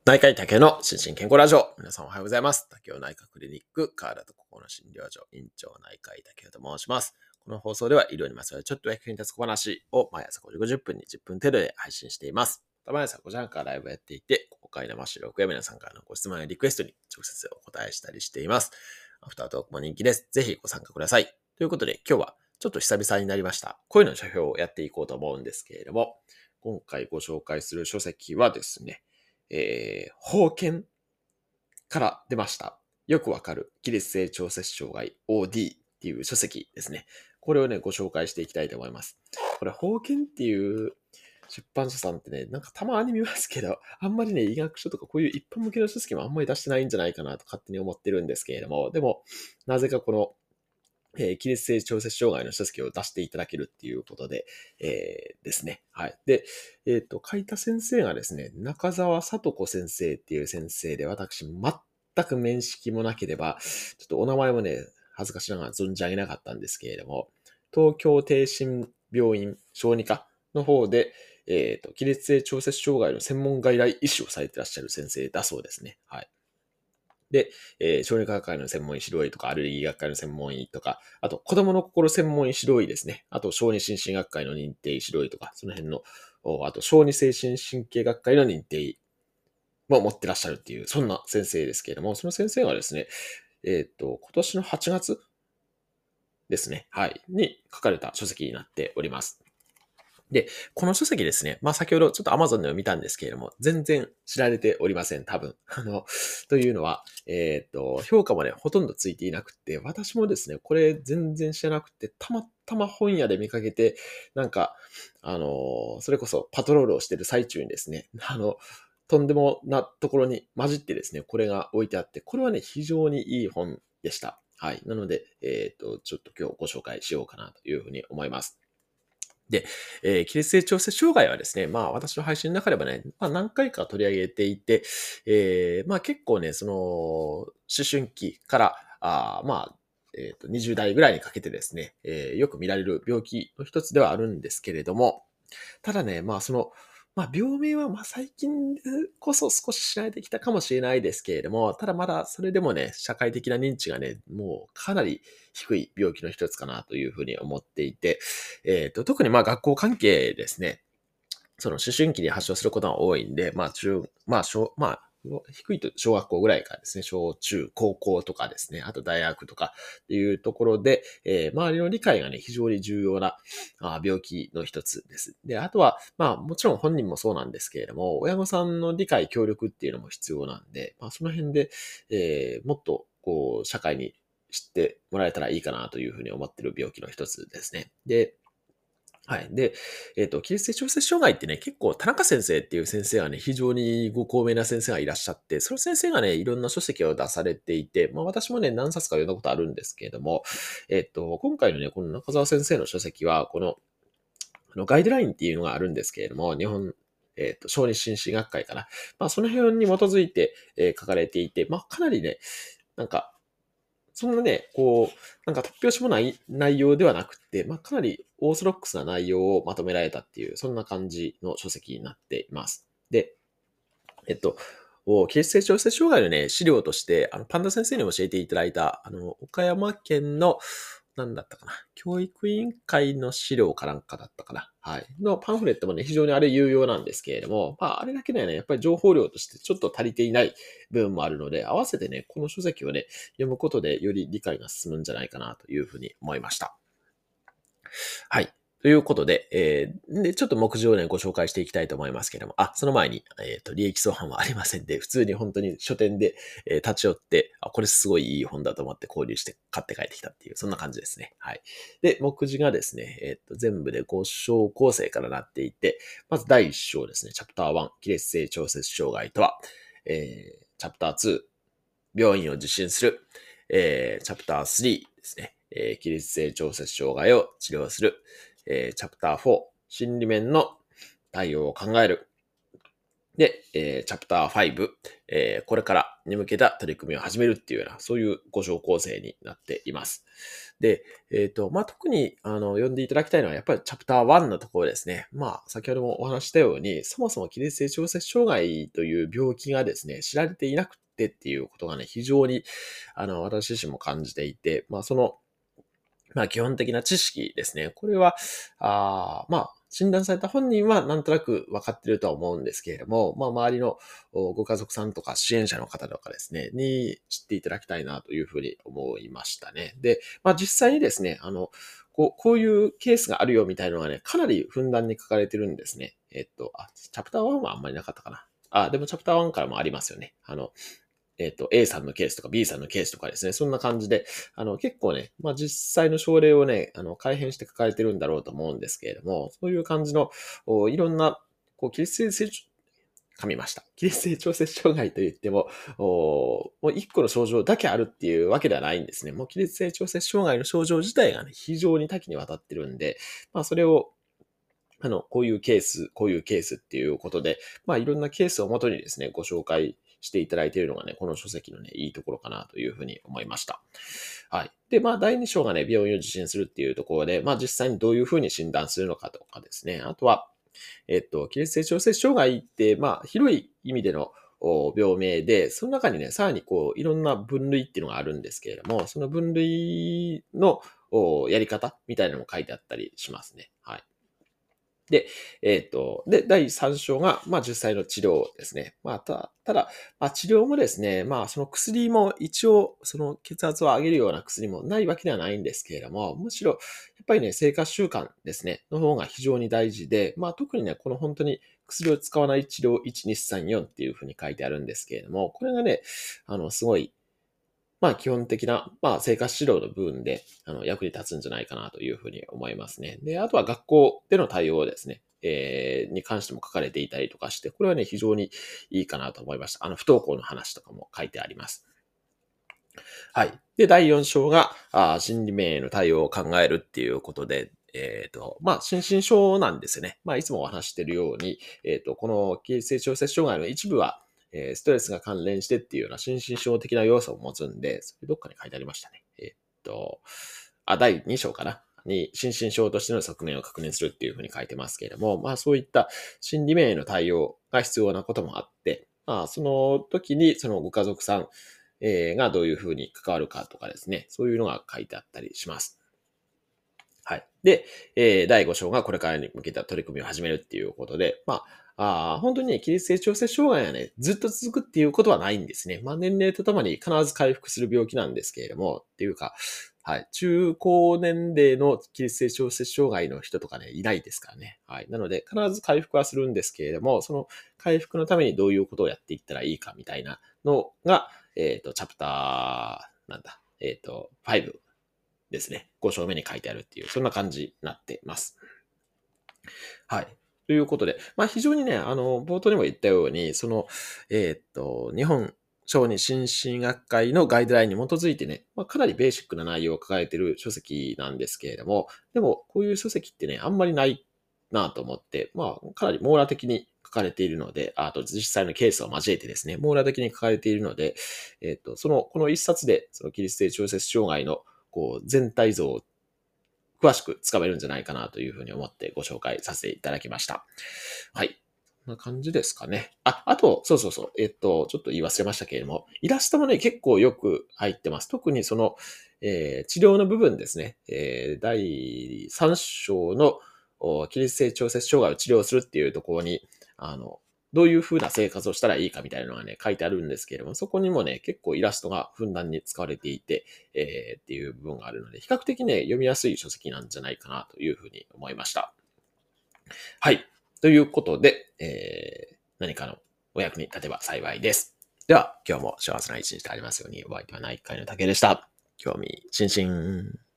内科医竹の心身健康ラジオ。皆さんおはようございます。竹雄内科クリニック、川田と心の診療所、院長内科医竹雄と申します。この放送では医療にまつわるちょっと役に立つ小話を毎朝5時50分に10分程度で配信しています。毎朝5時半からライブをやっていて、公開生収録や皆さんからのご質問やリクエストに直接お答えしたりしています。アフタートークも人気です。ぜひご参加ください。ということで今日はちょっと久々になりました。声の書評をやっていこうと思うんですけれども、今回ご紹介する書籍はですね、法検から出ました。よくわかる起立性調節障害 OD っていう書籍ですね。これをね、ご紹介していきたいと思います。これ、法検っていう出版社さんってね、なんかたまに見ますけど、あんまりね、医学書とかこういう一般向けの書籍もあんまり出してないんじゃないかなと勝手に思ってるんですけれども、でも、なぜかこの起立性調節障害の書籍を出していただけるっていうことで、ですね。はい。で、書いた先生がですね、中澤聡子先生っていう先生で、私、全く面識もなければ、ちょっとお名前もね、恥ずかしながら存じ上げなかったんですけれども、東京帝心病院小児科の方で、起立性調節障害の専門外来医師をされていらっしゃる先生だそうですね。はい。で、小児科学会の専門医指導医とか、アレルギー学会の専門医とか、あと子供の心専門医指導医ですね。あと小児心身学会の認定医指導医とか、その辺の、あと小児精神神経学会の認定医も持ってらっしゃるっていう、そんな先生ですけれども、その先生がですね、今年の8月ですね、はい、に書かれた書籍になっております。で、この書籍ですね。先ほどちょっと Amazon でも見たんですけれども、全然知られておりません、多分。というのは、評価もね、ほとんどついていなくて、私もですね、これ全然知らなくて、たまたま本屋で見かけて、なんか、それこそパトロールをしている最中にですね、とんでもなところに混じってですね、これが置いてあって、これはね、非常にいい本でした。はい。なので、ちょっと今日ご紹介しようかなというふうに思います。で、起立性調節障害はですね、私の配信の中ではね、何回か取り上げていて、結構ね、その、思春期から、20代ぐらいにかけてですね、よく見られる病気の一つではあるんですけれども、ただね、病名は最近こそ少し知られてきたかもしれないですけれども、ただまだそれでもね、社会的な認知がね、もうかなり低い病気の一つかなというふうに思っていて、特に学校関係ですね、その思春期に発症することが多いんで、低いと小学校ぐらいからですね、小中高校とかですね、あと大学とかっていうところで、周りの理解がね、非常に重要な病気の一つです。で、あとは、もちろん本人もそうなんですけれども、親御さんの理解、協力っていうのも必要なんで、その辺で、もっと、社会に知ってもらえたらいいかなというふうに思っている病気の一つですね。で、はい。で、起立性調節障害ってね、結構田中先生っていう先生がね、非常にご高名な先生がいらっしゃって、その先生がね、いろんな書籍を出されていて、私もね、何冊か読んだことあるんですけれども、今回のね、この中澤先生の書籍は、ガイドラインっていうのがあるんですけれども、日本、小児心身学会かな。その辺に基づいて、書かれていて、かなりね、なんか、そんなね、なんか突拍子もない内容ではなくて、かなりオーソドックスな内容をまとめられたっていう、そんな感じの書籍になっています。で、起立性調節障害のね、資料として、パンダ先生に教えていただいた、岡山県の、なんだったかな、教育委員会の資料かなんかだったかな、はい。のパンフレットもね、非常にあれ有用なんですけれども、あれだけではね、やっぱり情報量としてちょっと足りていない部分もあるので、合わせてね、この書籍をね、読むことでより理解が進むんじゃないかなというふうに思いました。はい。ということで、で、ちょっと目次をね、ご紹介していきたいと思いますけれども、その前に、利益相反はありませんで、普通に本当に書店で、立ち寄って、これすごいいい本だと思って購入して買って帰ってきたっていう、そんな感じですね。はい。で、目次がですね、全部で5章構成からなっていて、まず第1章ですね、チャプター1、起立性調節障害とは、チャプター2、病院を受診する、チャプター3ですね、起立性調節障害を治療する、チャプター4、心理面の対応を考える。 で、チャプター5、これからに向けた取り組みを始めるっていうような、そういう5章構成になっています。で、特に、読んでいただきたいのは、やっぱりチャプター1のところですね。先ほどもお話ししたように、そもそも起立性調節障害という病気がですね、知られていなくてっていうことがね、非常に、私自身も感じていて、基本的な知識ですね。これは、診断された本人はなんとなく分かっているとは思うんですけれども、周りのご家族さんとか支援者の方とかですね、に知っていただきたいなというふうに思いましたね。で、実際にですね、こういうケースがあるよみたいなのがね、かなりふんだんに書かれてるんですね。チャプター1はあんまりなかったかな。でもチャプター1からもありますよね。A さんのケースとか B さんのケースとかですね、そんな感じで、結構ね、実際の症例をね、改変して書かれてるんだろうと思うんですけれども、そういう感じの、いろんな、起立性噛みました。起立性調節障害といっても、もう一個の症状だけあるっていうわけではないんですね。もう起立性調節障害の症状自体がね、非常に多岐にわたってるんで、それをこういうケース、こういうケースっていうことで、いろんなケースをもとにですね、ご紹介していただいているのがね、この書籍のね、いいところかなというふうに思いました。はい。で、第2章がね、病院を受診するっていうところで、実際にどういうふうに診断するのかとかですね、あとは、起立性調節障害って、広い意味での病名で、その中にね、さらにいろんな分類っていうのがあるんですけれども、その分類のやり方みたいなのも書いてあったりしますね。はい。で、第3章が、実際の治療ですね。ただ、治療もですね、その薬も一応、その血圧を上げるような薬もないわけではないんですけれども、むしろ、やっぱりね、生活習慣ですね、の方が非常に大事で、特にね、この本当に薬を使わない治療1、2、3、4っていうふうに書いてあるんですけれども、これがね、すごい、基本的な、生活指導の部分で、役に立つんじゃないかなというふうに思いますね。で、あとは学校での対応ですね。に関しても書かれていたりとかして、これはね、非常にいいかなと思いました。不登校の話とかも書いてあります。はい。で、第4章が、心理面への対応を考えるっていうことで、心身症なんですよね。いつもお話しているように、この起立性調節障害の一部は、ストレスが関連してっていうような心身症的な要素を持つんで、それどっかに書いてありましたね。第2章かなに、心身症としての側面を確認するっていうふうに書いてますけれども、そういった心理面への対応が必要なこともあって、その時にそのご家族さん、がどういうふうに関わるかとかですね、そういうのが書いてあったりします。はい。で、第5章がこれからに向けた取り組みを始めるっていうことで、本当にね、起立性調節障害がね、ずっと続くっていうことはないんですね。年齢とともに必ず回復する病気なんですけれども、っていうか、はい。中高年齢の起立性調節障害の人とかね、いないですからね。はい。なので、必ず回復はするんですけれども、その回復のためにどういうことをやっていったらいいかみたいなのが、チャプター、5ですね。5章目に書いてあるっていう、そんな感じになっています。はい。ということで、非常にね、冒頭にも言ったように、日本小児心身学会のガイドラインに基づいてね、かなりベーシックな内容を抱えている書籍なんですけれども、でも、こういう書籍ってね、あんまりないなと思って、かなり網羅的に書かれているので、あと実際のケースを交えてですね、網羅的に書かれているので、この一冊で、その起立性調節障害の全体像を詳しくつかめるんじゃないかなというふうに思ってご紹介させていただきました。はい。こんな感じですかね。あと、そうそうそう。ちょっと言い忘れましたけれども、イラストもね、結構よく入ってます。特にその、治療の部分ですね。第3章の起立性調節障害を治療するっていうところに、どういう風な生活をしたらいいかみたいなのがね、書いてあるんですけれども、そこにもね、結構イラストがふんだんに使われていて、っていう部分があるので、比較的ね、読みやすい書籍なんじゃないかなというふうに思いました。はい。ということで、何かのお役に立てば幸いです。では、今日も幸せな一日でありますように、お相手は内科医の竹でした。興味津々。